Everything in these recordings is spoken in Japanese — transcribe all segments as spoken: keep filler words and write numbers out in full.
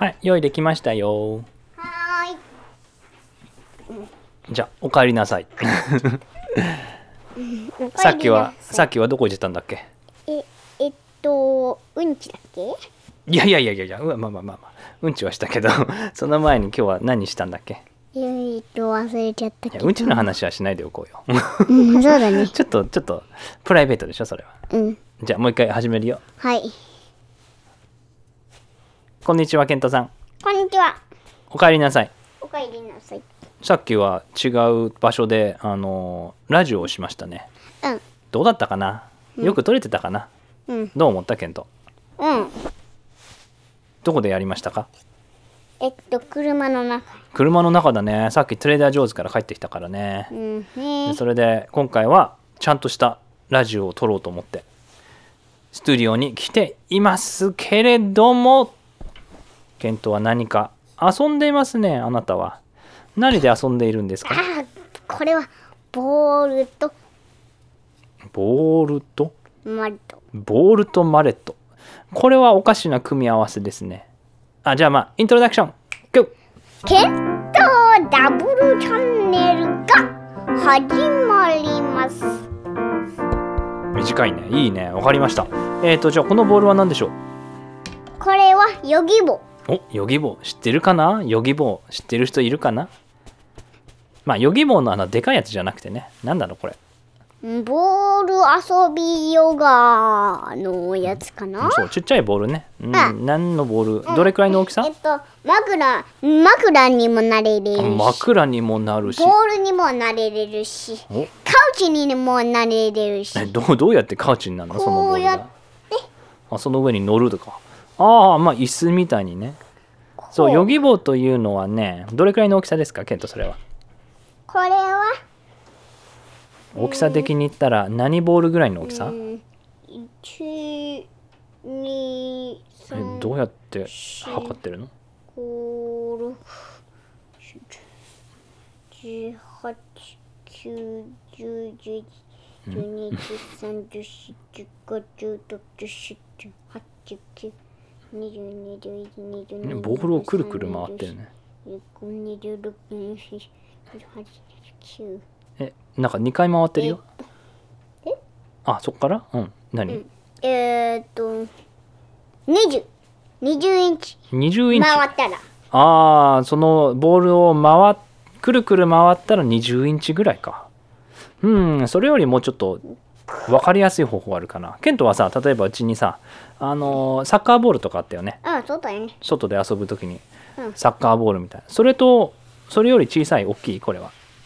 はい、用意できましたよ。 はーい。 じゃあお帰りなさい。さっきはさっきはどこ行ってたんだっけ？ ええっとうんちだっけ？ いやいやいやいやいや、うわまあまあまあまあ、うんちはしたけど、その前に今日は何したんだっけ？ えっと忘れちゃったけど。 いやうんちの話はしないでおこうよ。 うん、そうだね。 ちょっとちょっとプライベートでしょそれは。 うん。 じゃあもう一回始めるよ。 はい。 こんにちは、ケントさん。 こんにちは。 お帰りなさい。 おかえりなさい。 さっきは違う場所であのラジオをしましたね。 うん。 どうだったかな？よく撮れてたかな？ うん。 どう思ったケント？ うん。 どこでやりましたか？ えっと車の中。 車の中だね。さっきトレーダー・ジョーズから帰ってきたからね。 うんでね。 それで今回はちゃんとしたラジオを撮ろうと思ってスタジオに来ていますけれども、ケントは何か遊んでいますね。あなたは何で遊んでいるんですか？ あ、これはボールとボールとマリト。 ボールとマレット。これはおかしな組み合わせですね。あ、じゃあまあイントロダクション。ゴー。 ケントダブルチャンネルが始まります。 短いね。いいね。わかりました。えーとじゃあこのボールは何でしょう？ これはヨギボ。 お、ヨギボー知ってるかな？ヨギボー知ってる人いるかな？まあヨギボーのあのでかいやつじゃなくてね、なんだろうこれ。 ボール遊びヨガのやつかな？ そう、ちっちゃいボールね。うん、 うん何のボール？どれくらいの大きさ？ えっと枕枕にもなれれるし、 枕にもなるし。 ボールにもなれれるし、 お、 カウチにもなれれるし。 え、どうどうやってカウチになるの？そのボールこうやってが。あ、その上に乗るとか。ああ、まあ椅子みたいにね。そう、ヨギボーというのはね、どれくらいの大きさですか、ケント？それは。 これは大きさ的に言ったら何ボールぐらいの大きさ？ うんいち、に、さん、 え、どうやって測ってるの？ ご、ろく、じゅうはち、きゅう、じゅう、じゅういち、じゅうに、じゅうさん、じゅうよん、じゅうご、じゅうろく、じゅうなな、じゅうはち、じゅうきゅう、にじゅうに、にじゅういち、にじゅうに、 ボールをくるくる回ってるね。 にじゅうご、にじゅうろく、にじゅうなな、にじゅうはち、にじゅうきゅう。 え、なんかにかい回ってるよ。 えっとあ、そっからうん。何？ うん、えー、っとにじゅう、にじゅうインチにじゅうインチ。 回ったら、 ああ、そのボールを回っくるくる回ったらにじゅうインチぐらいか。うん、それよりもうちょっと分かりやすい方法あるかな。ケントはさ、例えばうちにさ、あのーサッカーボールとかあったよね。 うん、そうだよね。 外で遊ぶときにうんサッカーボールみたいな。それとそれより小さい大きい？これは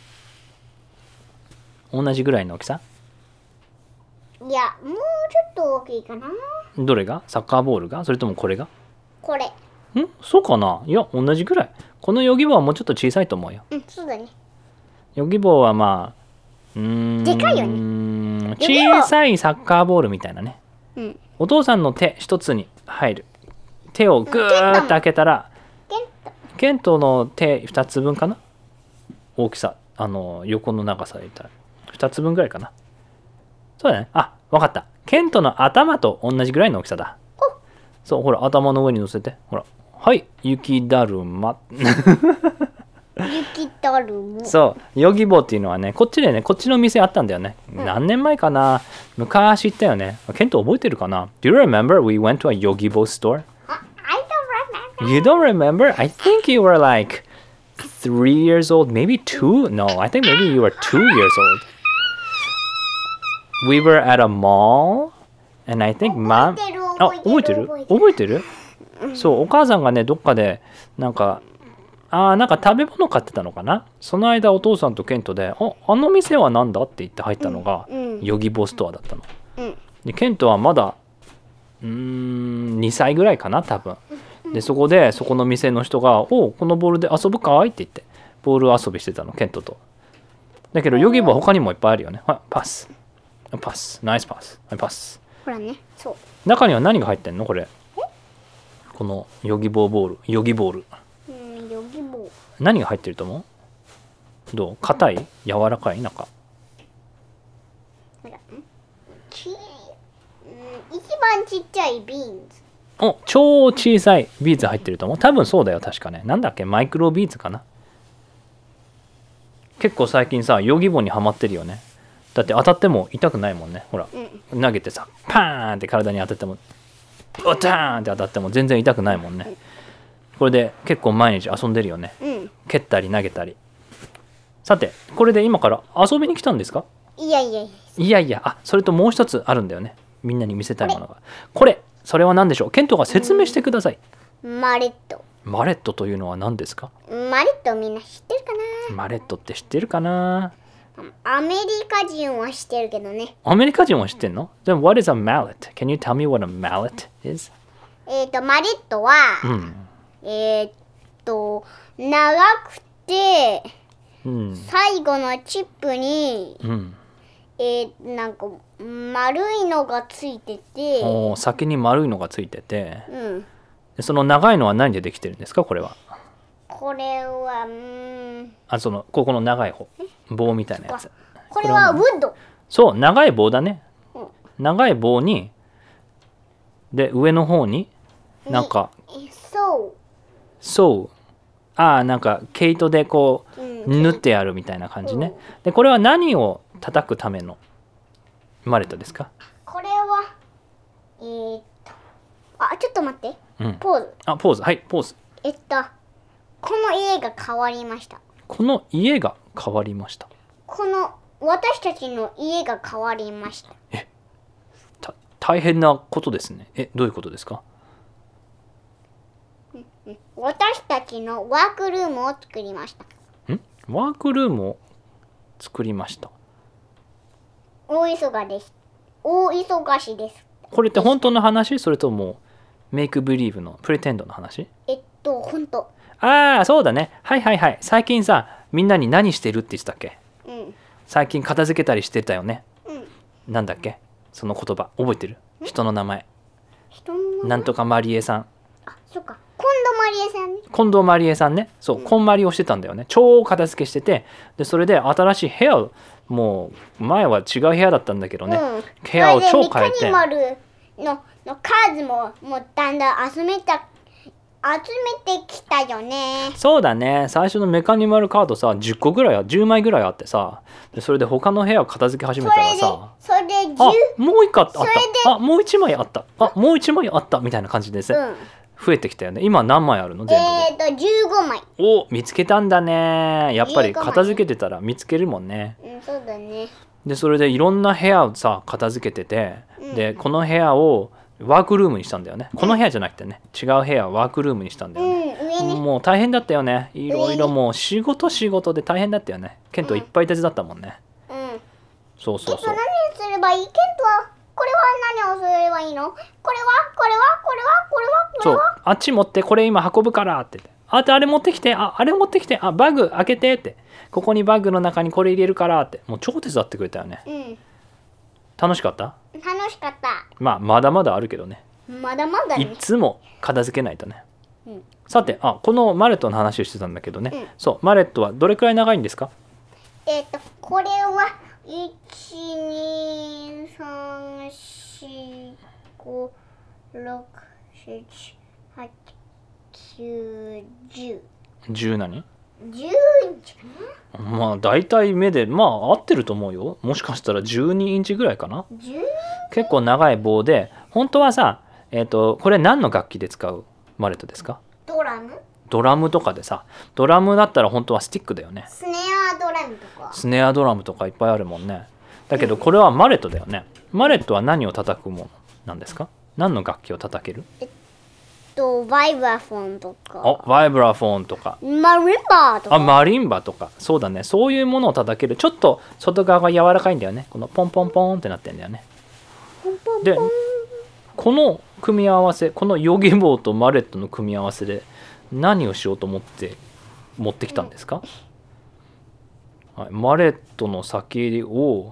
同じぐらいの大きさ？ いや、もうちょっと大きいかな。 どれが？サッカーボールが？それともこれが？ これ。 ん？そうかな？いや同じぐらい。このヨギボーはもうちょっと小さいと思うよ。 うん、そうだね。 ヨギボーはまあうーんでかいよね。 小さいサッカーボールみたいなね。 うん。 お父さんの手一つに入る。手をグーッと開けたら、 ケント。 ケントの手二つ分かな？大きさ、あの横の長さで言ったら二つ分ぐらいかな。そうだね。あ、わかった。ケントの頭と同じぐらいの大きさだ。そう、ほら頭の上に乗せて。ほら。はい、雪だるま。 雪だるま。 そうヨギボーっていうのはね、こっちでね、こっちの店あったんだよね。 うん、 何年前かな？昔行ったよね。ケント覚えてるかな？ Do you remember we went to a Yogibo store? あ、I don't remember. You don't remember? I think you were like three years old, maybe two? No, I think maybe you were two years old. We were at a mall and I think mom... 覚えてるあ、覚えてる？覚えてる？そう、お母さんがね、どっかでなんかあーなんか食べ物買ってたのかな。その間お父さんとケントで「ああの店は何だ?」って言って入ったのが、 うんうん、 ヨギボーストアだったの。 うん、 でケントはまだうーんにさいぐらいかな多分。でそこでそこの店の人が「おうこのボールで遊ぶかい?」って言ってボール遊びしてたのケントと。だけどヨギボーは他にもいっぱいあるよね。はい、パスパスナイスパス、はい、パス。 ほらね、そう。 中には何が入ってんのこれ？このヨギボーボール、ヨギボール。 うん、ヨギボー。 何が入ってると思う？どう？硬い？柔らかい？中。 ほら、き、うん、一番ちっちゃいビーンズ。 お超小さいビーズ入ってると思う。多分そうだよ確かね。なんだっけマイクロビーズかな。結構最近さヨギボーにはまってるよね。だって当たっても痛くないもんね。ほら、 うん、 投げてさパーンって体に当ててもオターンって当たっても全然痛くないもんね。これで結構毎日遊んでるよね。 うん、 蹴ったり投げたり。さてこれで今から遊びに来たんですか？ いやいやいやいやいや、あ、それともう一つあるんだよね。みんなに見せたいものが。これ、それは何でしょう？ケントが説明してください。 マレット。 マレットというのは何ですか？ マレットみんな知ってるかマレットって知ってるかな？ な？アメリカ人は知ってるけどね。 アメリカ人は知ってんの？ Then what is a mallet? Can you tell me what a mallet is? えっと、マレットは、 うん。 えっと、長くて、 うん。 最後のチップに、 うん。 えー、なんか丸いのがついてて、 おー、先に丸いのがついてて、 うん、 でその長いのは何でできてるんですか？これは。 これはうーんあ、そのここの長い方、棒みたいなやつ。 これはウッド。 そう、長い棒だね。 うん、 長い棒に、で上の方になんか、 そうそう、ああ、なんか毛糸でこう、 うん縫ってあるみたいな感じね。でこれは何を叩くためのマレットですか？ これはえー、っとあちょっと待って、 うん、 ポーズ。 あ、ポーズ、はい、ポーズ。 えっとこの家が変わりました。 この家が変わりました。 この私たちの家が変わりました。 え、た大変なことですね。え、どういうことですか？ 私たちのワークルームを作りました。 ん？ワークルームを作りました。 大忙です。大忙しです。 これって本当の話？それともメイクブリーブのプレテンドの話？ えっと本当。 ああ、そうだね。はいはいはい。最近さ、みんなに何してるって言ってたっけ？ うん。 最近片付けたりしてたよね。 うん。 なんだっけ？その言葉覚えてる？人の名前。 人の名前？ なんとかマリエさん。 あ、そっか。近藤マリエさんね。 近藤マリエさんね。そう、こんまりをしてたんだよね。超片付けしてて、でそれで新しい部屋を、もう前は違う部屋だったんだけどね、 うん、 部屋を超変えて。 メカニマルのの数ももうだんだん集めた集めてきたよね。 そうだね。最初のメカニマルカードさ、じゅっこぐらい、じゅうまいぐらいあってさ、でそれで他の部屋を片付け始めたらさ、 それでそれであ、 じゅうもう一個あった。 それであ、もう一枚あった。あ、もう一枚あったみたいな感じですね。 うん、 増えてきたよね。今何枚あるの？全部で。 えっとじゅうごまい。 お、見つけたんだね。やっぱり片付けてたら見つけるもんね。 うん、そうだね。 でそれでいろんな部屋をさ片付けてて、 うん、 でこの部屋をワークルームにしたんだよね。この部屋じゃなくてね、違う部屋をワークルームにしたんだよね。 うん、上にもう大変だったよね。いろいろもう仕事仕事で大変だったよね。ケントいっぱい手伝ったもんね。 うん。 そうそうそう。 ケント何すればいい？ケントはこれは何をすればいいの？これはこれはこれはこれはこそうれは。 あっち持ってこれ今運ぶからって言って。あとあれ持ってきて、ああれ持ってきて、あバッグ開けてって。ここにバッグの中にこれ入れるからって。もう超手伝ってくれたよね。 うん。 楽しかった？ 楽しかった。 まあまだまだあるけどね。 まだまだね。 いつも片付けないとね。 うん、 さて、あ、このマレットの話をしてたんだけどね、 うん、 そうマレットはどれくらい長いんですか？ えっとこれはいちにさんよんごろくななはちきゅうじゅう。 じゅう何？ じゅうインチかな。 まあ大体目でまあ合ってると思うよ。もしかしたらじゅうにインチぐらいかな。 じゅう結構長い棒で、本当はさ、えっとこれ何の楽器で使うマレットですか？ ドラム？ ドラムとかでさ、ドラムだったら本当はスティックだよね。 スネアドラムとか。 スネアドラムとかいっぱいあるもんね。だけどこれはマレットだよね。マレットは何を叩くものなんですか？何の楽器を叩ける？ えっとバイブラフォンとか。 あ、バイブラフォンとか。 マリンバとか。 あ、マリンバとか。そうだね。そういうものを叩ける。ちょっと外側が柔らかいんだよね。このポンポンポンってなってんだよね。 ポンポンポン。 で、この組み合わせ、このヨギボーとマレットの組み合わせで何をしようと思って持ってきたんですか？はい、マレットの先を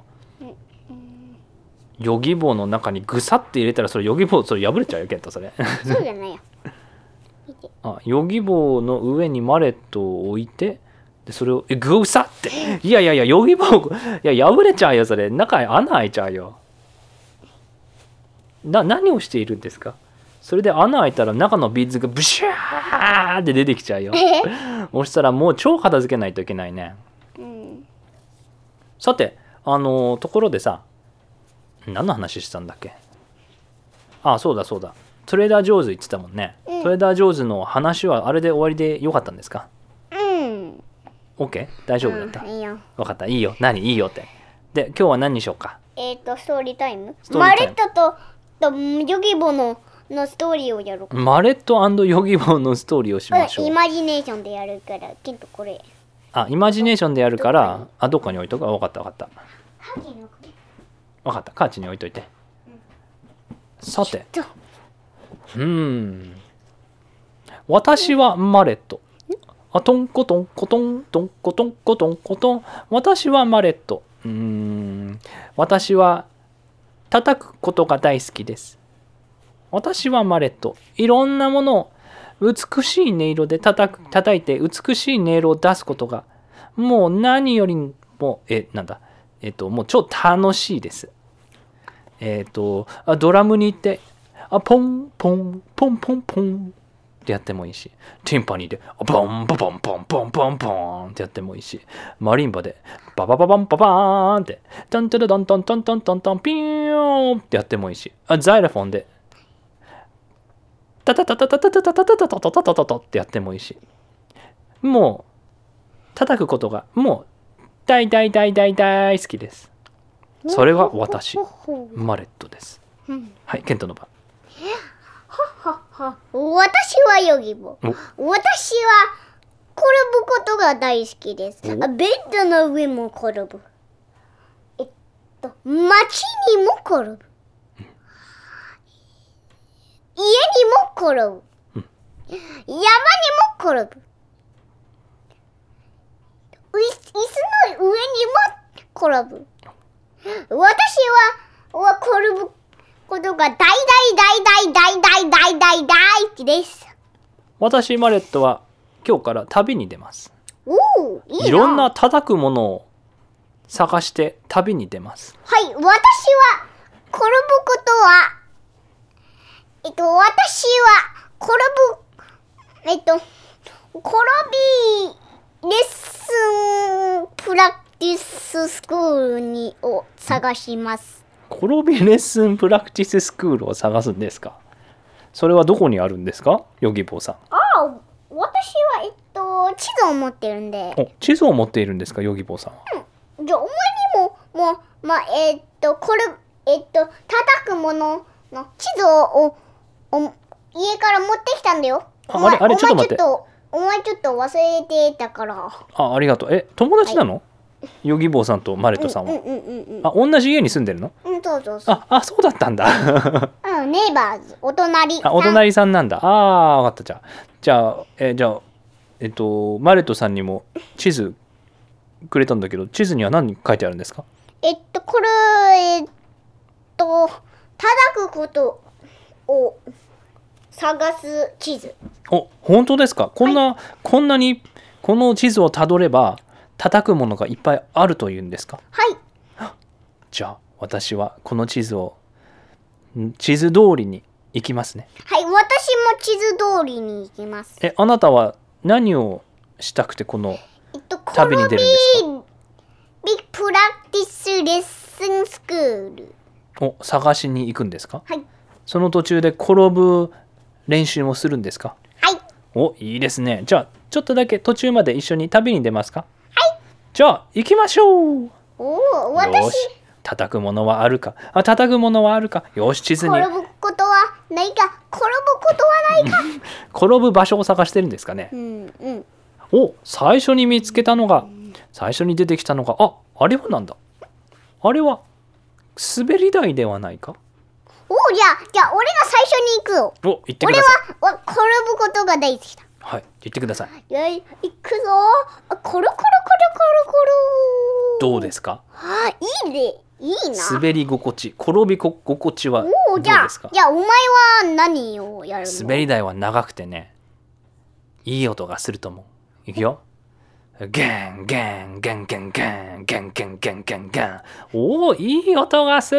ヨギボーの中にぐさって入れたら、それヨギボーそれ破れちゃうよ、ケントそれ。 そうじゃないよ。 あ、ヨギボーの上にマレットを置いて、でそれをえぐさって、いやいやいやヨギボーいや破れちゃうよ、それ中に穴開いちゃうよ。な何をしているんですか？ それで穴開いたら中のビーズがブシャーって出てきちゃうよ。そしたらもう超片付けないといけないね。 うん、 さてあのところでさ、何の話してたんだっけ。あ、そうだそうだ、トレーダー・ジョーズ言ってたもんね、 うん、 トレーダー・ジョーズの話はあれで終わりでよかったんですか？ うん OK？ 大丈夫だった？ うん、いいよ。 分かった、いいよ。何いいよって。で今日は何にしようか。 えっ、ー、とストーリータイムストーリータイムマレットととヨギボののストーリーをやろうか。 マレット&ヨギボーのストーリーをしましょう。 イマジネーションでやるからケントこれ。 あ、イマジネーションでやるからあどっかに置いとく。分かった分かった分かった、カーチに置いといて、うん、さてうーん私はマレット、あトンコトンコトントンコトンコトンコトン、私はマレット、うーん私は叩くことが大好きです。私はマレット、いろんなものを美しい音色で叩く叩いて美しい音色を出すことがもう何よりもえなんだえっともう超楽しいです。えっとあドラムに行ってあポンポンポンポンポンってやってもいいし、ティンパニーでポンポンポンポンポンポンポンってやってもいいし、マリンバでババババンババーンってトントルドントントントントントンピヨーンってやってもいいし、あザイラフォンでタタタタタタタタタタタタタタタタってやってもいいし、もう叩くことがもう大大大大大好きです。それが私マレットです。はい、ケントの番。 私はヨギボ。私は転ぶことが大好きです。ベッドの上も転ぶ。えっと街にも転ぶ。家にも転ぶ。山にも転ぶ。椅子の上にも転ぶ。私はは転ぶことが大大大大大大大大大好きです。 私マレットは今日から旅に出ます。 おお、いいな。 いろんな叩くものを探して旅に出ます。 はい、私は転ぶことはえっと私は転ぶえっと転びレッスンプラクティススクールにを探します。 転びレッスンプラクティススクールを探すんですか？それはどこにあるんですか、ヨギボーさん。 ああ、私はえっと地図を持ってるんで。 お、地図を持っているんですか、ヨギボーさんは。 うん、じゃあお前にももうまあえっとこれえっと叩くものの地図をおお家から持ってきたんだよ。 あ、あれあれちょっと待って。 お前ちょっと忘れてたから。 あ、ありがとう。え、友達なの？はい、ヨギボーさんとマレットさんは。 うんうんうんうん。 あ、同じ家に住んでるの？ うん、そうそうそう。 あ、あ、そうだったんだ。 うん、ネイバーズ、お隣さん。 あ、お隣さんなんだ。ああ、わかった。じゃあ、じゃあ、えじゃあ、えっと、マレットさんにも地図くれたんだけど、地図には何書いてあるんですか？ えっと、これ、えっと、叩くことを探す地図。 お、本当ですか？こんな、はい、こんなにこの地図をたどれば叩くものがいっぱいあるというんですか？ はい。 じゃあ私はこの地図を地図通りに行きますね。 はい、私も地図通りに行きます。 え、あなたは何をしたくてこの旅に出るんですか？ ビプラクティスレッスンスクールを探しに行くんですか？ はい。 その途中で転ぶ練習もするんですか？ はい。 お、いいですね。じゃあちょっとだけ途中まで一緒に旅に出ますか？ はい。 じゃあ行きましょう。 おお、私。 よし、叩くものはあるか。あ、叩くものはあるか。よし、地図に。 転ぶことはないか。転ぶことはないか。 転ぶ場所を探してるんですかね。 うんうん。 お、最初に見つけたのが、最初に出てきたのが、あ、あれはなんだ。あれは滑り台ではないか。 お、じゃあじゃあ俺が最初に行くよ。 お、行ってください。 俺は転ぶことが大好きだ。 はい、言ってください。 よい、行くぞ。あ、コロコロコロコロコロ。 どうですか？ あ、いいね。いいな。 滑り心地、転び心地はどうですか？ じゃあ、じゃあお前は何をやるの？ 滑り台は長くてね、いい音がすると思う。いくよ。ゲンゲンゲンゲンゲンゲンゲンゲンゲンゲン。おお、いい音がする。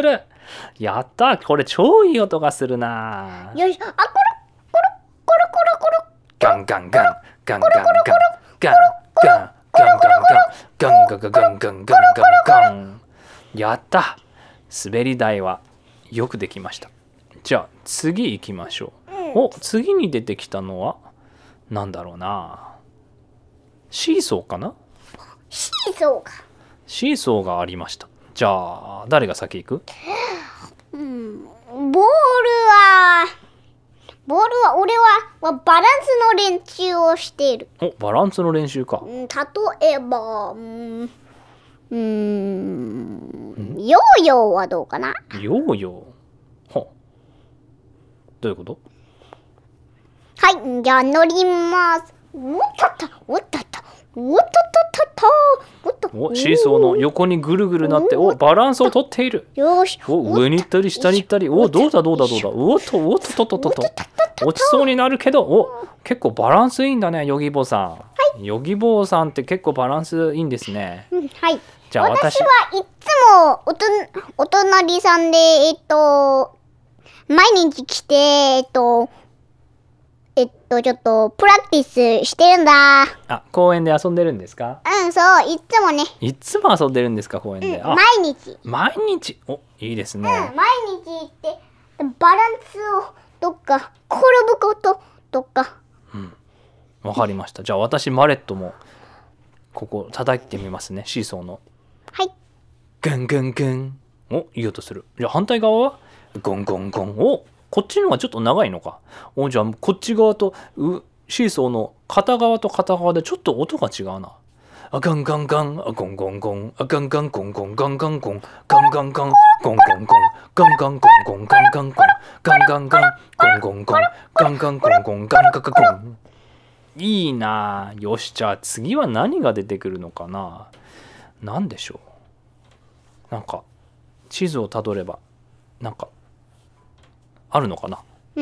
やった、これ超いい音がするな。 よし、あ、コロコロコロコロコロ。 ガンガンガンガンガンガンガンガンガンガンガンガンガンガンガンガンガンガンガン。やった、滑り台はよくできました。じゃあ次行きましょう。お、次に出てきたのはなんだろうな。シーソーかな。 シーソーか。 シーソーがありました。じゃあ誰が先行く？ うん、ボールはボールは俺はバランスの練習をしている。 お、バランスの練習か。 うん、例えば、うん、うーん、ヨーヨーはどうかな。 ヨーヨー。ほう。どういうこと？ はい、じゃあ乗ります。おっとっと、おっとっと、おっとっとっと、おっと。 お、シーソーの横にぐるぐるなって、お、バランスをとっている。 よし。 お、上に行ったり下に行ったり、お、どうだどうだどうだ。おっとおっとっとっとっと。落ちそうになるけど、お、結構バランスいいんだね、ヨギボーさん。はい。ヨギボーさんって結構バランスいいんですね。 うん、はい。 じゃあ私。 私はいつもおとお隣さんでえっと毎日来てえっとえっとちょっとプラクティスしてるんだ。 あ、公園で遊んでるんですか？ うん、そう、いつもね。 いつも遊んでるんですか、公園で。 うん、毎日。 毎日。お、いいですね。 うん、毎日行ってバランスをどっか転ぶこととか。 うん、わかりました。じゃあ私マレットもここ叩いてみますね、シーソーの。 はい。 ガンガンガン。お、いい音する。じゃあ反対側はゴンゴンゴン。お、こっちの方がちょっと長いのか。お、じゃあこっち側とうシーソーの片側と片側でちょっと音が違うな。あ、ガンガンガン、あ、ゴンゴンゴン、あ、ガンガンゴンゴンガンガンゴン、ガンガンガン、ゴンゴンゴン、ガンガンゴンゴンガンガンゴン、ガンガンガン、ゴンゴンゴン、ガンガンゴンゴンガンガンゴン。いいな。よし、じゃあ次は何が出てくるのかな。なんでしょう。なんか地図をたどればなんかあるのかな。 うん。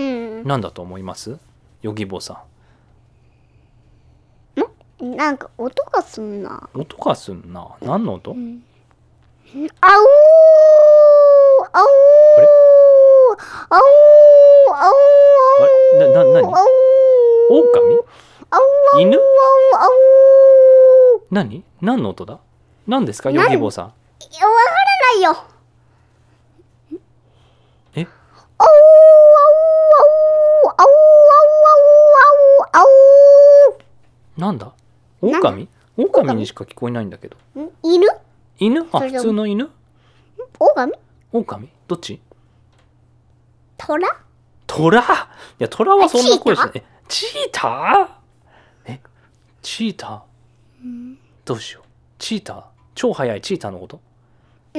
なんだと思います？ヨギボーさん？なんか音がすんな。 音がすんな。何の音？うん、 あおーあおーあおーあおーあれな、な、なに？狼？犬？何？何の音だ？何ですか、ヨギボーさん？ いや、わからないよ。 え？ あおーあおーあおーあおーあおーあおーあおー。 なんだ？狼？狼にしか聞こえないんだけど。 犬？ 犬？あ、普通の犬？ 狼？ 狼？どっち？ トラ？ トラ？いや、トラはそんな声しない。え、チーター？え、チーター？どうしよう。チーター？超速いチーターのこと？ うん。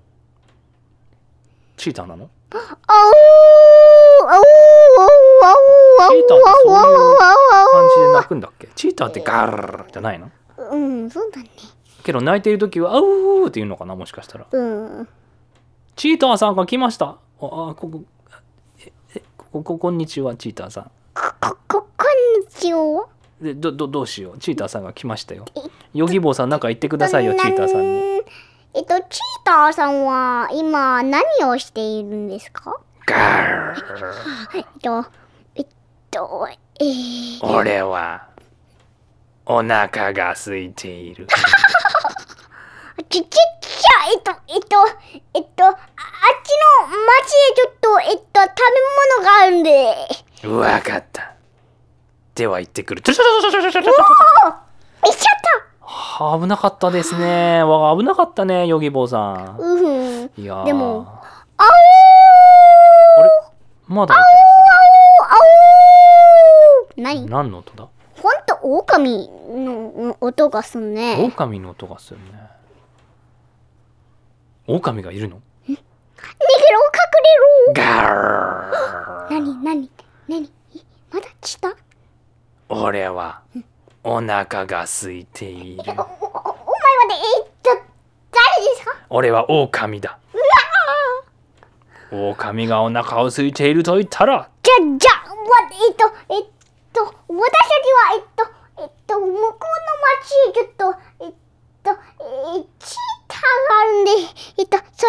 チーターなの？ あおーあおーあおーあおー。 チーターってそういう感じで鳴くんだっけ？チーターってガールじゃないの？ うん、そうだね。 けど鳴いている時はあうーって言うのかな、もしかしたら。 うん。 チーターさんが来ました。ああ、ここええこここんにちは、チーターさん。 ここここんにちは。 でどどどうしよう、チーターさんが来ましたよ。ヨギボーさんなんか言ってくださいよ、チーターさんに。 えっとチーターさんは今何をしているんですか？ ガーえっとえっとえー、 俺はお腹が空いている。 ちちっちゃえっとえっとえっと あ, あっちの町へちょっとえっと食べ物があるんで。 わかった。では行ってくる。おお、 行っちゃった。 危なかったですね。わ、危なかったね、ヨギボーさん。 うん。 いやー、 でも、あおー。 あれ、まだあおーあおー。何？ 何の音だ？ ほんと狼の音がすんね。 狼の音がするね。狼がいるの？ 逃げろ、隠れろ。 ガー。 何何何？まだ来た？ 俺はお腹が空いている。 お, お, お前までえっと誰ですか？ 俺は狼だ。狼がお腹を空いていると言ったら、 じゃじゃわえっとえっと私たちはえっとえっと向こうの町へちょっとえっとえー、チーターがあるんでえっとそれ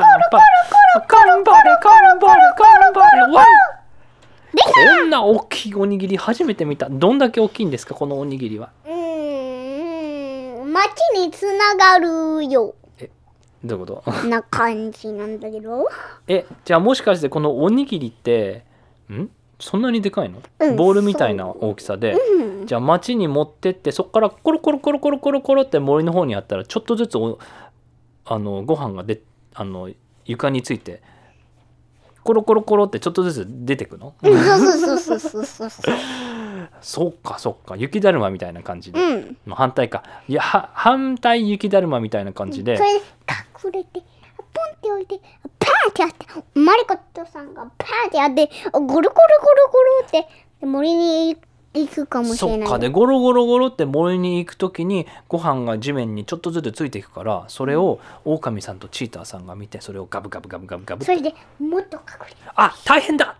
カンパレカンパレカンパレカンパレわこんな大きいおにぎり初めて見た。どんだけ大きいんですかこのおにぎりは。 うーん町につながるよ。 えどういうことな感じなんだけど。 えじゃあもしかしてこのおにぎりってんそんなにでかいの、 うんボールみたいな大きさで、 うんじゃあ町に持ってってそこからコロコロコロコロコロコロって森の方にあったらちょっとずつおあのご飯がであの床についてコロコロコロってちょっとずつ出てくの、 うんそうそうそうそうそうそう。 そっかそっか雪だるまみたいな感じで、 うん。 まあ反対かいやは反対雪だるまみたいな感じで、 それで隠れてポンって置いてパーンってやってマリコットさんがパーンってやってゴロゴロゴロゴロって森に行くかもしれない。 そっかでゴロゴロゴロって森に行く時にご飯が地面にちょっとずつついていくからそれを狼さんとチーターさんが見てそれをガブガブガブガブガブそれでもっと隠れてあ大変だ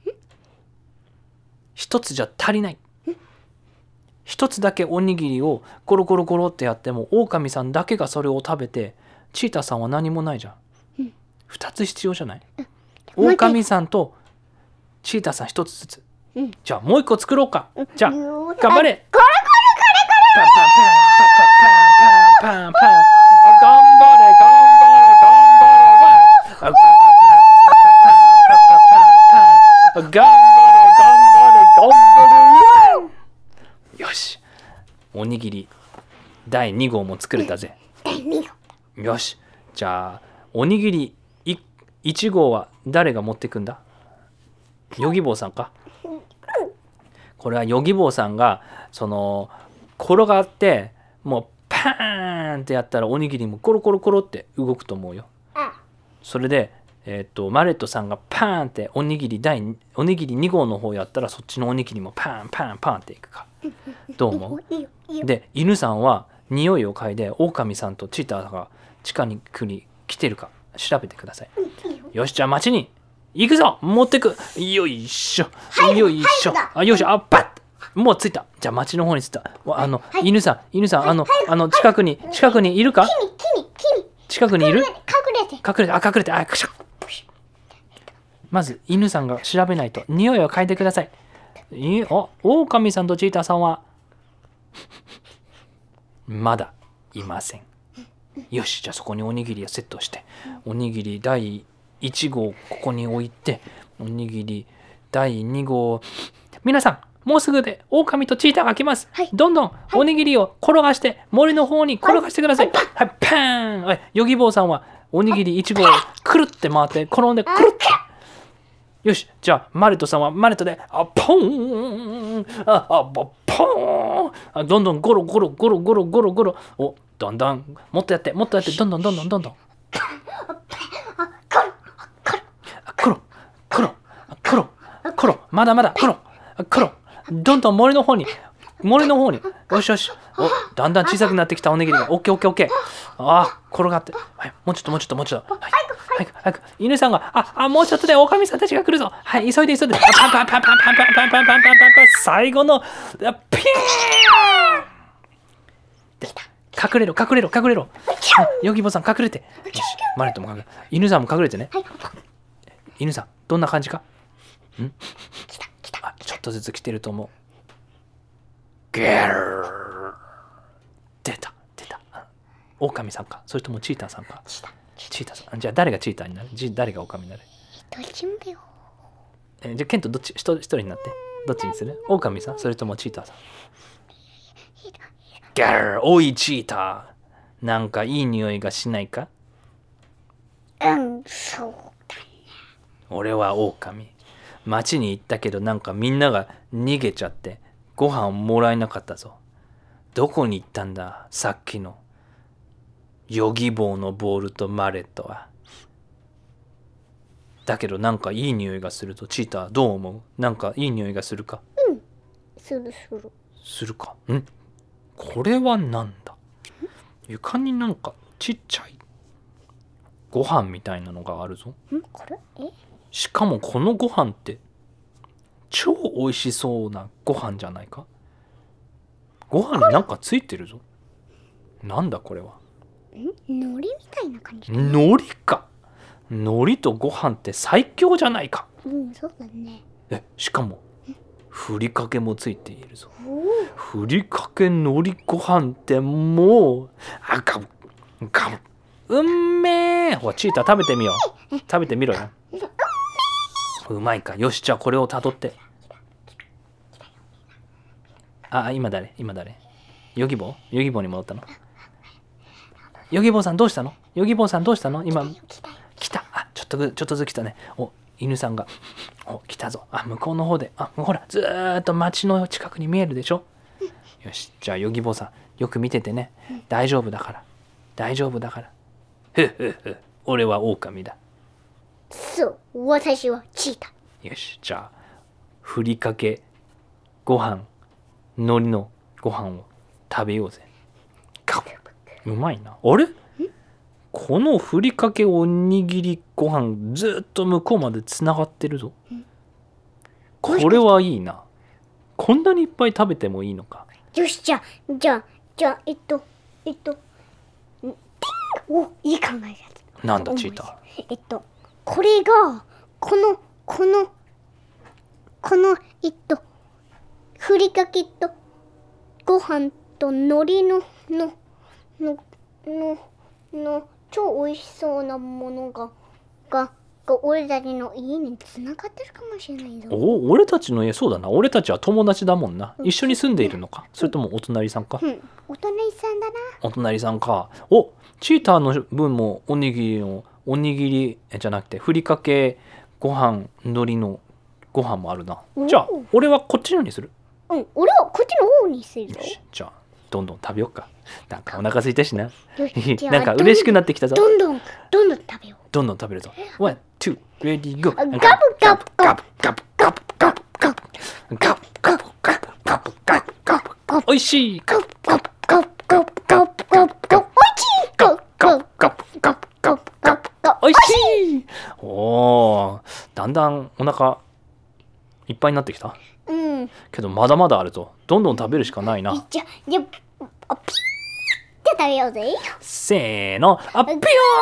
一つじゃ足りない一つだけおにぎりをゴロゴロゴロってやっても狼さんだけがそれを食べてチーターさんは何もないじゃん、 うん、 二つ必要じゃない、 うん、 狼さんとチーターさん一つずつ、 うん、 じゃあもう一個作ろうか、うん、じゃあ頑張れゴロゴロゴロゴロパンパンパンパンパンパンパンパンパン頑張れ頑張れ頑張れパンパンパンパンパンパンパンパンパン頑張れ頑張れ頑張れよしおにぎりだいに号も作れたぜよしじゃあおにぎりいち号は誰が持ってくんだヨギボーさんかこれはヨギボーさんがその転がってもうパーンってやったらおにぎりもコロコロコロって動くと思うよ。それで、えー、とマレットさんがパーンっておにぎり第おにぎりに号の方やったらそっちのおにぎりもパンパンパンっていくか。どう思う？で犬さんは匂いを嗅いで狼さんとチーターが地下に来てるか調べてください。よしじゃあ町に行くぞ持ってくよいしょよいしょあよしあバッもう着いたじゃあ町の方に着いたあの、はい、犬さん犬さん、はい、あの、はい、あの近くに近くにいるか近くにいる隠れて隠れてあ隠れてあくしゃまず犬さんが調べないと匂いを嗅いでくださいいお狼さんとチーターさんはまだいませんよしじゃあそこにおにぎりをセットしておにぎりだいいち号ここに置いておにぎりだいに号皆さんもうすぐで狼とチーターが来ます、はい、どんどんおにぎりを転がして森の方に転がしてください、はいはい、パーン、はい、ヨギボーさんはおにぎりいち号をくるって回って転んでくるってよしじゃあマレットさんはマレットであポーンああポーンあどんどんゴロゴロゴロゴロゴロゴロおどんどんもっとやってもっとやってどんどんどんどんどんどんクロクロクロクロまだまだクロクロどんどん森の方に森の方によしよしおだんだん小さくなってきたおにぎりがオッケーオッケーオッケーあー転がってはいもうちょっともうちょっともうちょっとはい早く早く犬さんがああもうちょっとで狼さんたちが来るぞはい急いで急いでパンパンパンパンパンパンパンパンパンパンパンパン最後のピーン隠れろ隠れろ隠れろヨギボーさん隠れてよしマレットも隠れ犬さんも隠れてね犬さんどんな感じかん来た来たあちょっとずつ来てると思うゲー出た出た狼さんかそれともチーターさんかチーターさんじゃあ誰がチーターになる誰が狼になるどっちもだよえじゃあケントどっち一人一人になってどっちにする狼さんそれともチーターさんゲーおいチーターなんかいい匂いがしないかうんそうだね俺は狼町に行ったけどなんかみんなが逃げちゃってご飯もらえなかったぞどこに行ったんださっきのヨギボーのボールとマレットはだけどなんかいい匂いがするとチーターどう思うなんかいい匂いがするかうんするするするかんこれはなんだ床になんかちっちゃいご飯みたいなのがあるぞんこれえしかもこのご飯って超美味しそうなご飯じゃないかご飯になんかついてるぞなんだこれはん海苔みたいな感じだね海苔か海苔とご飯って最強じゃないかうんそうだねえしかもふりかけもついているぞふりかけ海苔ご飯ってもうあガブガブうんめめー。ほらチーター食べてみよう。食べてみろよ。うまいか。よし、じゃあこれをたどって。あ、今誰今誰ヨギボーヨギボーに戻ったの？ヨギボーさんどうしたの？ヨギボーさんどうしたの？今来た。あ、ちょっとちょっとずつ来たね。お、犬さんがお来たぞ。あ、向こうの方で、あ、ほらずーっと街の近くに見えるでしょ。よし、じゃあヨギボーさんよく見ててね。大丈夫だから大丈夫だから。ふっふっふ、俺は狼だ。 そう、私はチータ。 よし、じゃあふりかけご飯海苔のご飯を食べようぜ。うまいな。あれこのふりかけおにぎりご飯ずっと向こうまでつながってるぞ。これはいいな。こんなにいっぱい食べてもいいのか。 よし、じゃあじゃあじゃあえっとえっとお、いい考えだ。 なんだチーター。 えっとこれがこのこのこのえっとふりかけとご飯と海苔ののののの超美味しそうなものががが俺たちの家につながってるかもしれないぞ。 お、俺たちの家、そうだな。俺たちは友達だもんな。一緒に住んでいるのか。それともお隣さんか。 うん、お隣さんだな。 お隣さんか。お、チーターの分もおにぎりのおにぎりじゃなくてふりかけご飯海苔のご飯もあるな。じゃあ俺はこっちのにする。 うん、俺はこっちの方にするぞ。 よし、じゃあどんどん食べようか。なんかお腹空いたしな。 よしなんか嬉しくなってきたぞ。 どんどんどんどん食べよう。 どんどん食べるぞ。ワン、ツー、レディーゴー。 ガブガブガブガブガブガブガブガブガブガブガブガブガブガブガブ。おいしい。 ガブガブガブガブガブガブガブ。おいしい。ガブガブガブガブガブガブガブ。 おいしい。おお、だんだんお腹いっぱいになってきた。 うん。 けどまだまだあるぞ。どんどん食べるしかないな。 じゃじゃあピーって食べようぜ。 せーの、あ、ピョーン。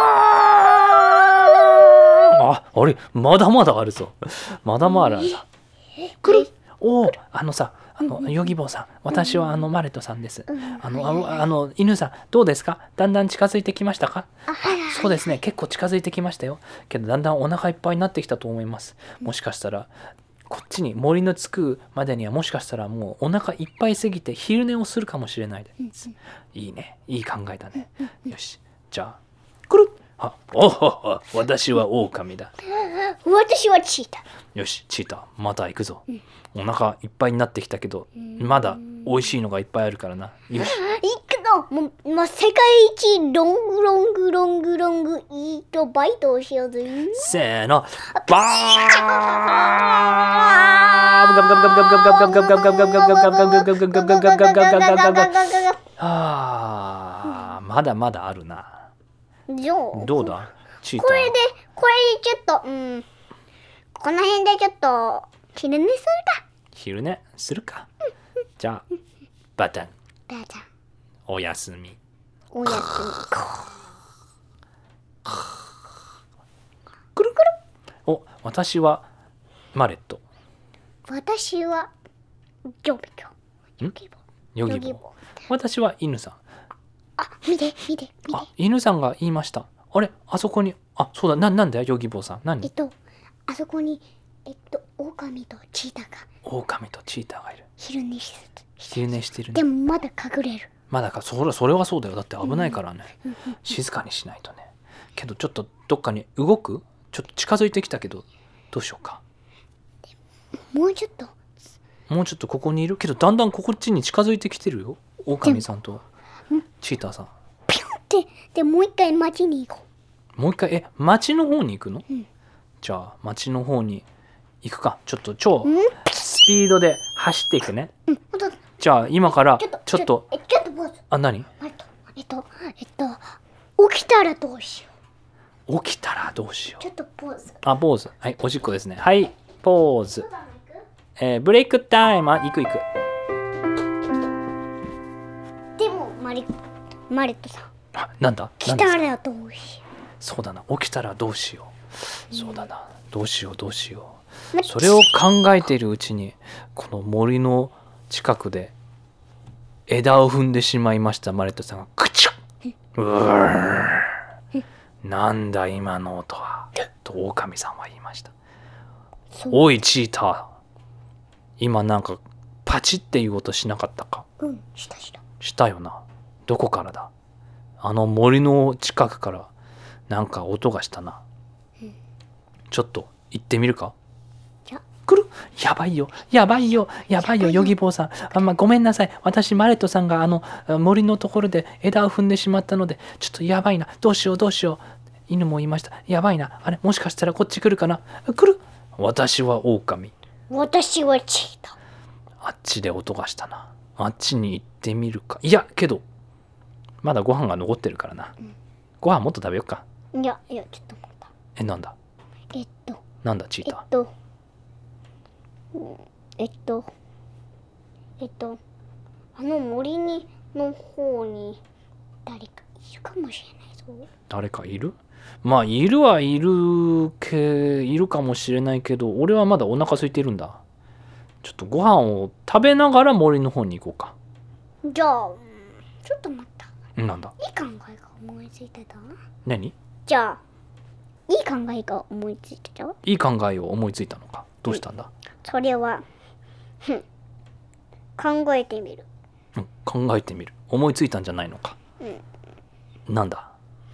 あ、あれ、まだまだあるぞ。まだまだあるぞ。くる。おお、あのさ、あのヨギボーさん、私はあのマレットさんです。あのああの犬さんどうですか？だんだん近づいてきましたか？そうですね、結構近づいてきましたよ。けどだんだんお腹いっぱいになってきたと思います。もしかしたらこっちに森の着くまでにはもしかしたらもうお腹いっぱいすぎて昼寝をするかもしれないです。いいね、いい考えだね。よし、じゃあくるっ。あ、おほほ、私は狼だ。 私はチータ。 よし、チーターまた行くぞ。お腹いっぱいになってきたけどまだ美味しいのがいっぱいあるからな。よし、 行くの。もう、ま、世界一ロングロングロングロングイートバイトをしようぜ。 せーの、バー。あー、まだまだあるな。どうだチーター。 これでこれでちょっとうんこの辺でちょっと昼寝するか。 昼寝するか。じゃあバタンバタンおやすみ。 おやすみ。 くるくる。お、私はマレット。 私はジョビョ。 んヨギボー。私は犬さん。 あ、見て見て見て。 あ、犬さんが言いました。あれ、あそこに、あ、そうだ、な、なんだよ、ヨギボーさん。何？ えっと、あそこに、えっと、狼とチーターが狼とチーターがいる。 昼寝してる。 昼寝してるね。 でもまだ隠れる。 まだか、それ、それはそうだよ。だって危ないからね。静かにしないとね。けど、ちょっとどっかに動く？ちょっと近づいてきたけど、どうしようか。 もうちょっと。 もうちょっとここにいるけど、だんだんこっちに近づいてきてるよ。狼さんとチーターさん。 ピュンって、でもう一回街に行こう。もう一回、え、町の方に行くの？ うん、 じゃあ、町の方に行くか。ちょっと超スピードで走っていくね。 うん、 じゃあ、今からちょっと、 ちょっと、え、ちょっとポーズ。 あ、何？ えっと、えっと、えっと、起きたらどうしよう。起きたらどうしよう。 ちょっとポーズ。 あ、ポーズ。はい、おしっこですね。はい、ポーズ。えー、ブレイクタイム。あ、行く行く。 でもマリマレットさん。 あ、なんだ？ 起きたらどうしよう。 そうだな。起きたらどうしよう。そうだな。どうしようどうしよう。それを考えているうちにこの森の近くで枝を踏んでしまいました。マレットさんがクチュッ。うーなんだ今の音はと狼さんは言いました。 そうおいチーター、今なんかパチっていう音しなかったか？ うん、したした。 したよな。どこからだ？あの森の近くからなんか音がしたな。 うん、 ちょっと行ってみるか？ じゃ来る？やばいよやばいよやばいよ、ヨギボーさん、あ、まあ、ごめんなさい、私マレットさんがあの森のところで枝を踏んでしまったのでちょっとやばいな、どうしようどうしよう、犬も言いました、やばいな、あれもしかしたらこっち来るかな、来る？私は狼。 私はチーター。 あっちで音がしたな。あっちに行ってみるか。いやけどまだご飯が残ってるからな、うん、ご飯もっと食べよっか。 いやいや、ちょっと待った。 え、なんだえっとなんだチーター。 えっとえっとえっとあの森にの方に誰かいるかもしれないぞ。 誰かいる？まあいるはいるけいるかもしれないけど、俺はまだお腹空いてるんだ。ちょっとご飯を食べながら森の方に行こうか。 じゃあちょっと待った。 なんだ？ いい考えが思いついてた。 何？ じゃあいい考えが思いついてた。 いい考えを思いついたのか。どうしたんだ？ それはふん考えてみる。 うん、考えてみる。思いついたんじゃないのか。うん、なんだ？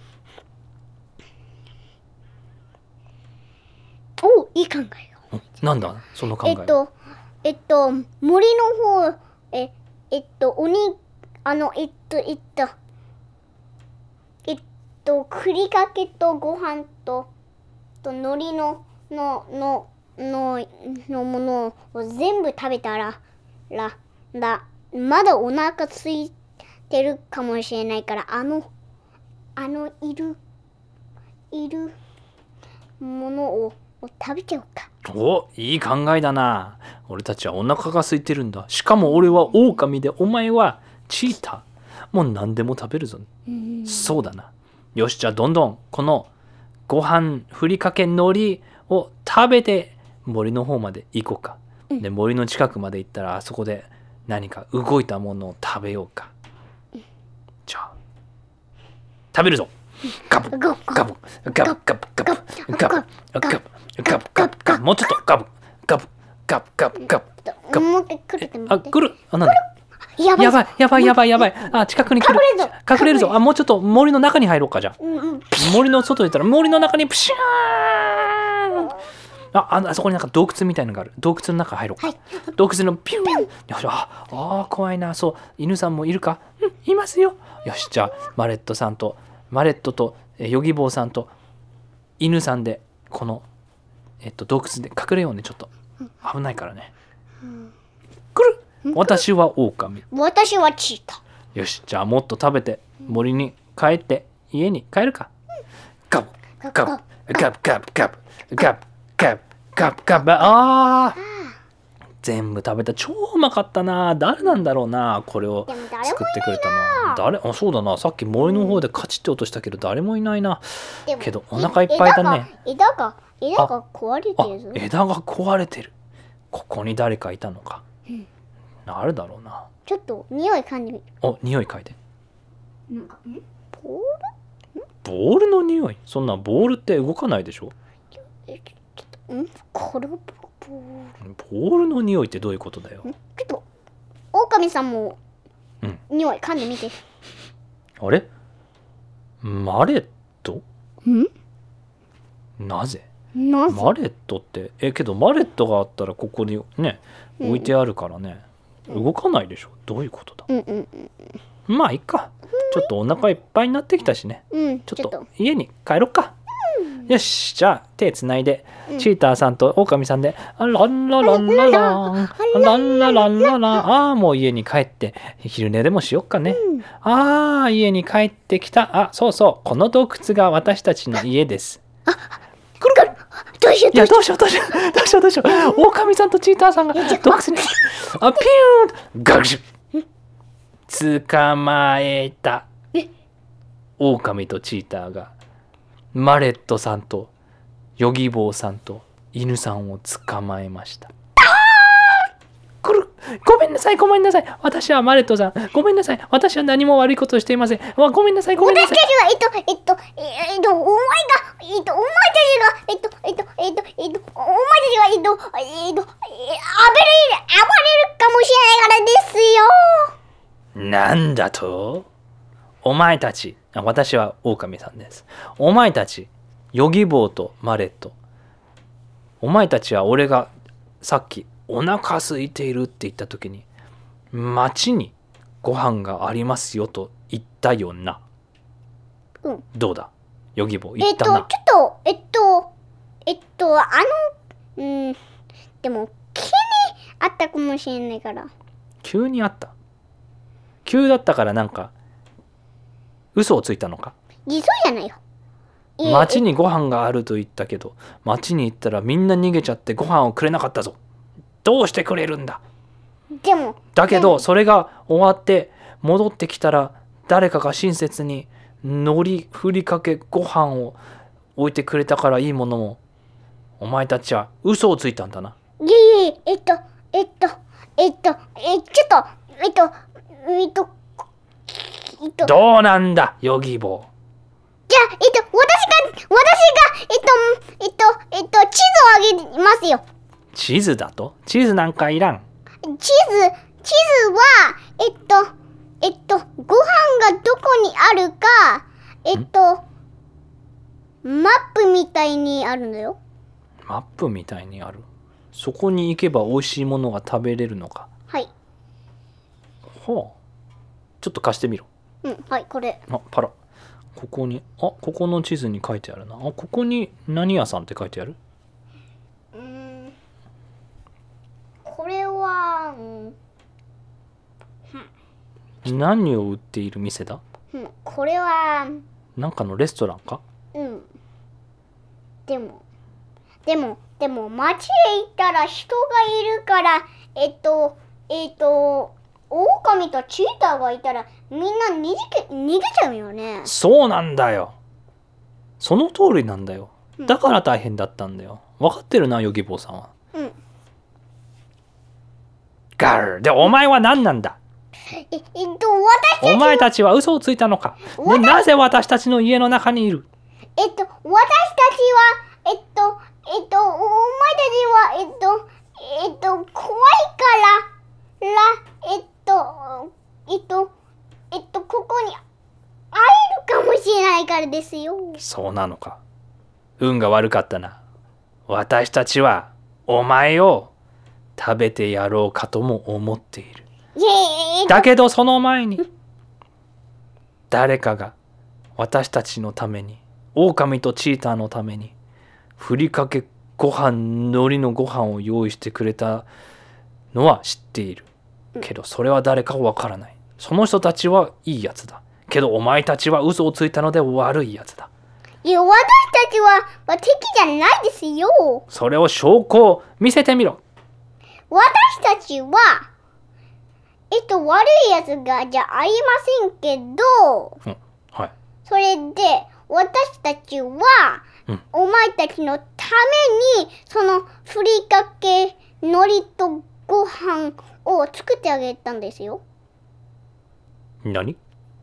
お、いい考えが。 なんだその考えは。 えっとえっと森の方ええっとおにあのえっとえっとえっとふりかけとご飯とと海苔のののののものを全部食べたららだまだお腹空いてるかもしれないから、あのあのいるいるものをを食べちゃおうか。 お、いい考えだな。俺たちはお腹が空いてるんだ。しかも俺は狼でお前はチーター。もう何でも食べるぞ。 うんそうだな。よし、じゃあどんどんこのご飯ふりかけ海苔を食べて森の方まで行こうか。 うん、 で森の近くまで行ったらあそこで何か動いたものを食べようか。うん、じゃあ食べるぞ。ガブガブガブガブガブガブガブガブガブガブガブガブ、もうちょっとガブガブガブガブガブガブ。 もう一回来るってあ、来る。あ、なんだ。 やばいやばいやばいやばいやばい。あ、近くに来る。 隠れるぞ隠れるぞ。あ、もうちょっと森の中に入ろうか。じゃあ、 うんうん、 森の外にいたら森の中にプシューン。あ、あのあそこになんか洞窟みたいなのがある。洞窟の中入ろうか。 はい、 洞窟のピュン。よし、ああ怖いな。そう、犬さんもいるか？うん、いますよ。よし、じゃあマレットさんとマレットとヨギボーさんと犬さんでこの、えっと、洞窟で隠れようね。ちょっと危ないからね。うん、来る。私は狼。 私はチーター。よし、じゃあもっと食べて森に帰って家に帰るか。ガブガブガブガブガブガブガブガブガブ。ああ、全部食べた。超うまかったな。誰なんだろうな、これを作ってくれたの。誰？あ、そうだな。さっき森の方でカチッって落としたけど誰もいないな。けどお腹いっぱいだね。 枝が枝が壊れてるぞ。 枝が壊れてる。ここに誰かいたのか。うん、あるだろうな。 ちょっと匂い嗅んでみる。 お、匂い嗅いで。 なんかん？ボール？ ボールの匂い？そんなボールって動かないでしょ。 え、ちょっとん？これボール。 ボールの匂いってどういうことだよ。 けど狼さんも、うん、匂い噛んでみて。 あれ？マレット？ ん？ なぜ？ なぜ？ マレットってえけどマレットがあったらここにね置いてあるからね、うん、動かないでしょ。どういうことだ。 うんうんうん、 まあいいか。ちょっとお腹いっぱいになってきたしね、 うん、 ちょっと家に帰ろっか。よし、じゃあ手つないで、うん、チーターさんと狼さんであランラランラランランラランララン。ああ、もう家に帰って昼寝でもしよっかね、うん、ああ、家に帰ってきた。あ、そうそう、この洞窟が私たちの家です。 あ、くるくる。どうしようどうしようどうしようどうしようどうしよう。狼さんとチーターさんが洞窟にあ、ピューンガクシュ捕まえた。狼とチーターがマレットさんとヨギボーさんと犬さんを捕まえました。来るごめんなさいごめんなさい、私はマレットさん、ごめんなさい、私は何も悪いことをしていません、わごめんなさいごめんなさい。 私たちはえっとえっとえっとお前がえっとお前たちがえっとえっとえっとえっとお前たちがえっとえっとえ暴れる暴れるかもしれないからですよ。 なんだと？お前たち、あ、私は狼さんです。お前たち、ヨギボーとマレット、お前たちは俺がさっきお腹空いているって言った時に町にご飯がありますよと言ったよな。 うん。 どうだヨギボー、言えっとったな。 ちょっとえっとえっとあのうんでも急にあったかもしれないから。 急にあった。急だったからなんか嘘をついたのか。 実じゃないよ。 町にご飯があると言ったけど、町に行ったらみんな逃げちゃってご飯をくれなかったぞ。どうしてくれるんだ。 でもだけどそれが終わって戻ってきたら誰かが親切に海苔ふりかけご飯を置いてくれたからいいものも、お前たちは嘘をついたんだな。 いえいえ、えっとえっとえっとえちょっとえっとえっとえっとどうなんだヨギボー。 じゃあえっと私が私がえっとえっとえっと地図をあげますよ。 地図だと？地図なんかいらん。 地図地図はえっとえっとご飯がどこにあるかえっとマップみたいにあるのよ。 マップみたいにある。そこに行けば美味しいものが食べれるのか。 はい。 ほう。ちょっと貸してみろ。 うんはいこれ。 あパラ。ここにあここの地図に書いてあるな。あここに何屋さんって書いてある？ うーんこれは、 うん、何を売っている店だ？ うん、これはなんかのレストランか？ うんでもでもでも街へ行ったら人がいるからえっとえっと狼とチーターがいたらみんな逃げ逃げちゃうよね。 そうなんだよ。その通りなんだよ。 うんだから大変だったんだよ。分かってるなヨギボーさんは。 うんガルでお前は何なんだ。 ええっと私たちお前たちは嘘をついたのか。でなぜ私たちの家の中にいる？ えっと私たちはえっとえっとお前たちはえっとえっと怖いかららえっとえっとえっとここに会えるかもしれないからですよ。 そうなのか。運が悪かったな。私たちはお前を食べてやろうかとも思っている。 いえだけどその前に誰かが私たちのために、狼とチーターのためにふりかけご飯、海苔のご飯を用意してくれたのは知っているけど、それは誰かわからない。その人たちはいいやつだけど、お前たちは嘘をついたので悪いやつだ。 いや私たちは敵じゃないですよ。 それを証拠を見せてみろ。 私たちはえっと悪いやつがじゃありませんけど、 うん、はい。 それで私たちは、 うん、 お前たちのためにそのふりかけ海苔とご飯を作ってあげたんですよ。 何？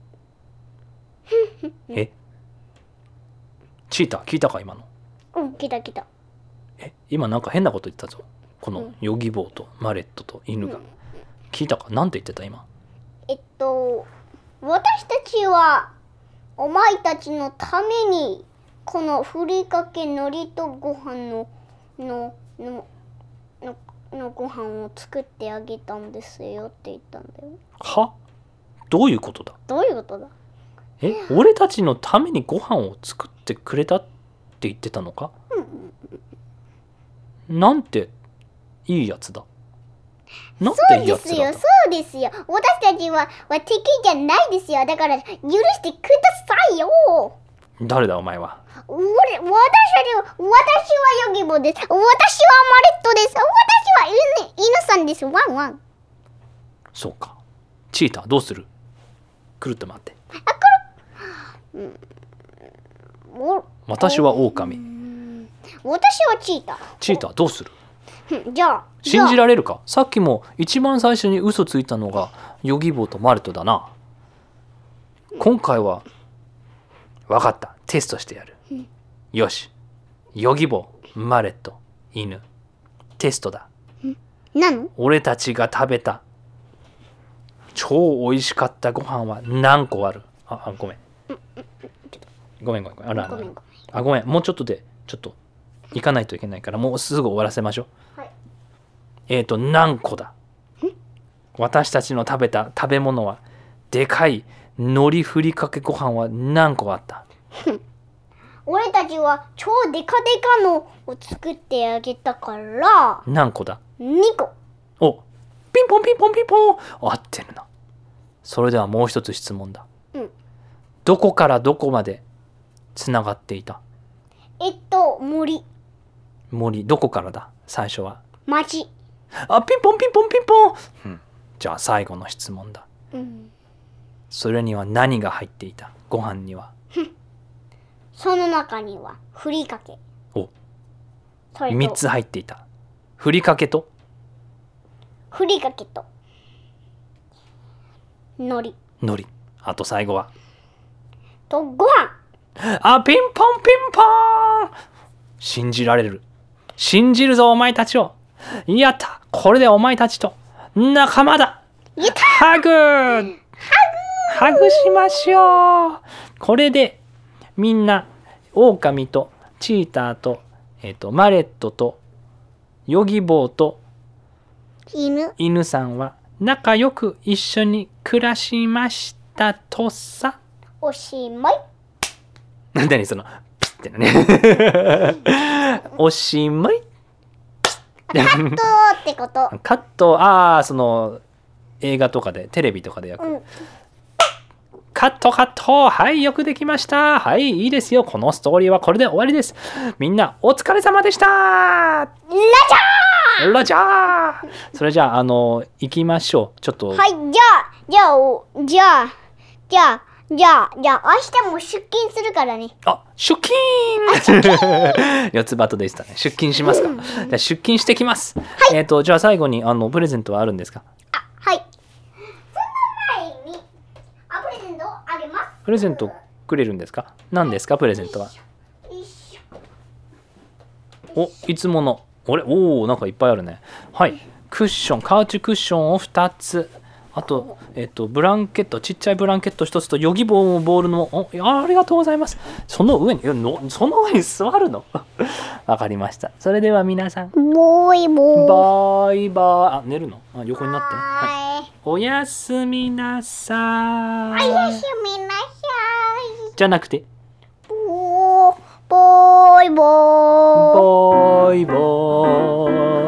え？チーター聞いたか今の？ うん来た来た。 え今なんか変なこと言ったぞ。このヨギボーとマレットと犬が、うん、聞いたか？なんて言ってた今？ えっと私たちはお前たちのためにこのふりかけ海苔とご飯のののののご飯を作ってあげたんですよって言ったんだよ。 は？どういうことだ？ どういうことだ？ え俺たちのためにご飯を作ってくれたって言ってたのか？うん、なんていいやつだ。なんていいやつだ。 そうですよそうですよ。私たちはは敵じゃないですよ。だから許してくださいよ。 誰だお前は？ 俺私は私はヨギボです。私はマレットです。私は犬犬さんです。ワンワン。 そうか。チーターどうする？くるっと待って。 あくる。うん、 私は狼。 私はチーター。 チーターどうする？ うんじゃあ信じらられるか。さっきも一番最初に嘘ついたのがヨギボーとマレットだな。今回は分かった。テストしてやる。よし。ヨギボー、マレット、犬。テストだ。 なの？ 俺たちが食べた超美味しかったご飯は何個ある？あ、あごめん。ごめんごめんごめん。あらあらごめんごめん。 あ、ごめん。もうちょっとで、ちょっと行かないといけないから、もうすぐ終わらせましょう。 はい。 えっと、何個だ？私たちの食べた食べ物は、でかい海苔ふりかけご飯は何個あった？ 俺たちは超デカデカのを作ってあげたから何個だ？ にこ。 お、ピンポンピンポンピンポン。合ってるな。それではもう一つ質問だ。 うん。 どこからどこまでつながっていた？ えっと森森、どこからだ？最初は。 町。 あ、ピンポンピンポンピンポン。うん、じゃあ最後の質問だ。 うん。 それには何が入っていた？ご飯には。 その中にはふりかけ。 お、 それとみっつ入っていた。ふりかけとふりかけと海苔海苔。あと最後は。 とご飯。 あ、ピンポンピンポン。信じられる。信じるぞお前たちを。やった。これでお前たちと仲間だ。 やったハグハグハグしましょう。これでみんな狼とチーターと、えーと、マレットとヨギボーと犬犬さんは仲良く一緒に暮らしましたとさ。 おしまい。 何そのピッてのねおしまい。 カットってことカット。ああ、その映画とかでテレビとかでやる、 うん、 カットカット。はい、よくできました。はい、いいですよ。このストーリーはこれで終わりです。みんなお疲れ様でした。ララジャーラジャー。それじゃあ、あの行きましょう。ちょっと。 はい、じゃあじゃあおじゃあじゃあじゃあじゃあ明日も出勤するからね。 あ、出勤四つ葉とでしたね。出勤しますか。じゃあ出勤してきます。はい、えっ、ー、とじゃあ最後にあのプレゼントはあるんですか？ あ、はい。その前にあプレゼントをあげます。 プレゼントくれるんですか？何ですかプレゼントは？お、いつもの。俺、おお、なんかいっぱいあるね。はい。クッション、カウチクッションをふたつ。あと、えっと、ブランケット、ちっちゃいブランケットひとつと、ヨギボーボールの、お、ありがとうございます。その上に、のその上に座るのわかりました。それでは皆さん。 ボーイボーイ。 バイバイ。あ、寝るの？あ、横になって。 はい。 おやすみなさい。 おやすみなさい。 じゃなくて。 ボーボーイボーイ。 ボーイボーイ。